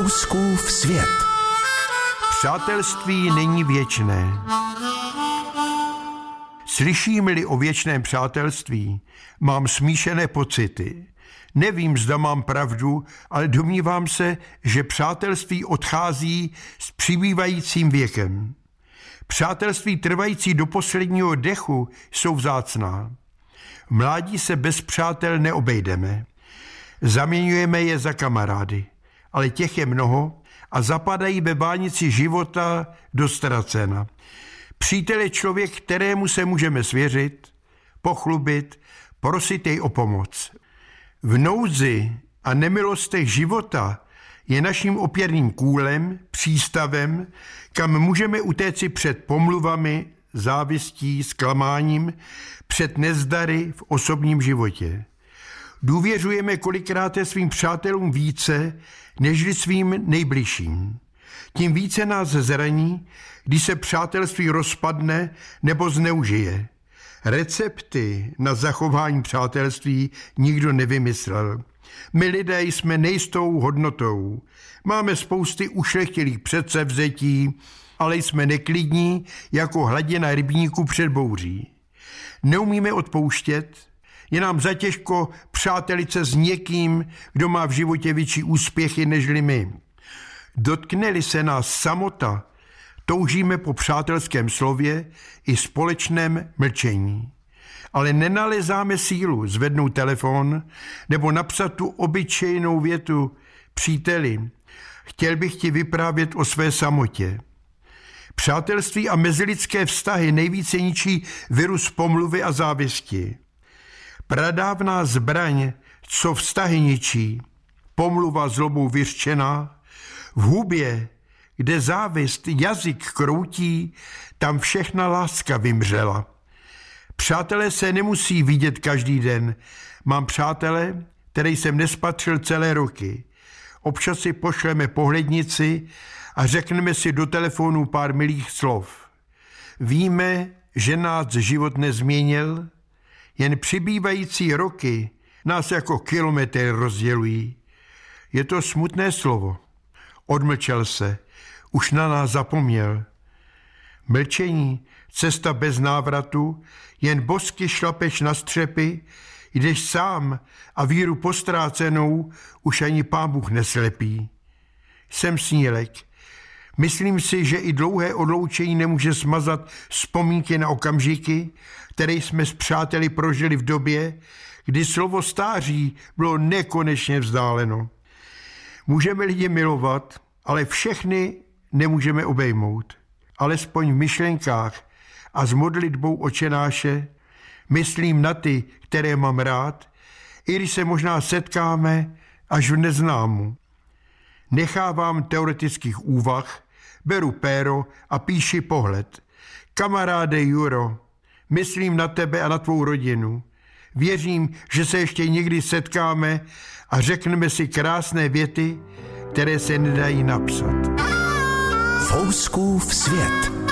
Fouskův svět. Přátelství není věčné. Slyším-li o věčném přátelství, mám smíšené pocity. Nevím, zda mám pravdu, ale domnívám se, že přátelství odchází s přibývajícím věkem. Přátelství trvající do posledního dechu jsou vzácná. V mládí se bez přátel neobejdeme. Zaměňujeme je za kamarády, ale těch je mnoho a zapadají ve bánici života do ztracena. Přítel je člověk, kterému se můžeme svěřit, pochlubit, prosit jej o pomoc. V nouzi a nemilostech života je naším opěrným kůlem, přístavem, kam můžeme utéci před pomluvami, závistí, zklamáním, před nezdary v osobním životě. Důvěřujeme kolikrát svým přátelům více, nežli svým nejbližším. Tím více nás zraní, když se přátelství rozpadne nebo zneužije. Recepty na zachování přátelství nikdo nevymyslel. My lidé jsme nejistou hodnotou. Máme spousty ušlechtilých předsevzetí, ale jsme neklidní jako hladina rybníku před bouří. Neumíme odpouštět, je nám zatěžko přátelit se s někým, kdo má v životě větší úspěchy nežli my. Dotkne-li se nás samota, toužíme po přátelském slově i společném mlčení. Ale nenalezáme sílu zvednout telefon nebo napsat tu obyčejnou větu: příteli, chtěl bych ti vyprávět o své samotě. Přátelství a mezilidské vztahy nejvíce ničí virus pomluvy a závisti. Pradávná zbraň, co vztahy ničí, pomluva zlobou vyřčená, v hubě, kde závist jazyk kroutí, tam všechna láska vymřela. Přátelé se nemusí vidět každý den. Mám přátele, který jsem nespatřil celé roky. Občas si pošleme pohlednici a řekneme si do telefonu pár milých slov. Víme, že nás život nezměnil, jen přibývající roky nás jako kilometr rozdělují. Je to smutné slovo. Odmlčel se, už na nás zapomněl. Mlčení, cesta bez návratu, jen bosky šlapeš na střepy, jdeš sám a víru postrácenou už ani Pán Bůh neslepí. Jsem snílek. Myslím si, že i dlouhé odloučení nemůže smazat vzpomínky na okamžiky, které jsme s přáteli prožili v době, kdy slovo stáří bylo nekonečně vzdáleno. Můžeme lidi milovat, ale všechny nemůžeme obejmout. Alespoň v myšlenkách a s modlitbou Otčenáše myslím na ty, které mám rád, i když se možná setkáme až v neznámu. Nechávám teoretických úvah, beru péro a píši pohled. Kamaráde Juro, myslím na tebe a na tvou rodinu. Věřím, že se ještě někdy setkáme a řekneme si krásné věty, které se nedají napsat. Fouskův svět.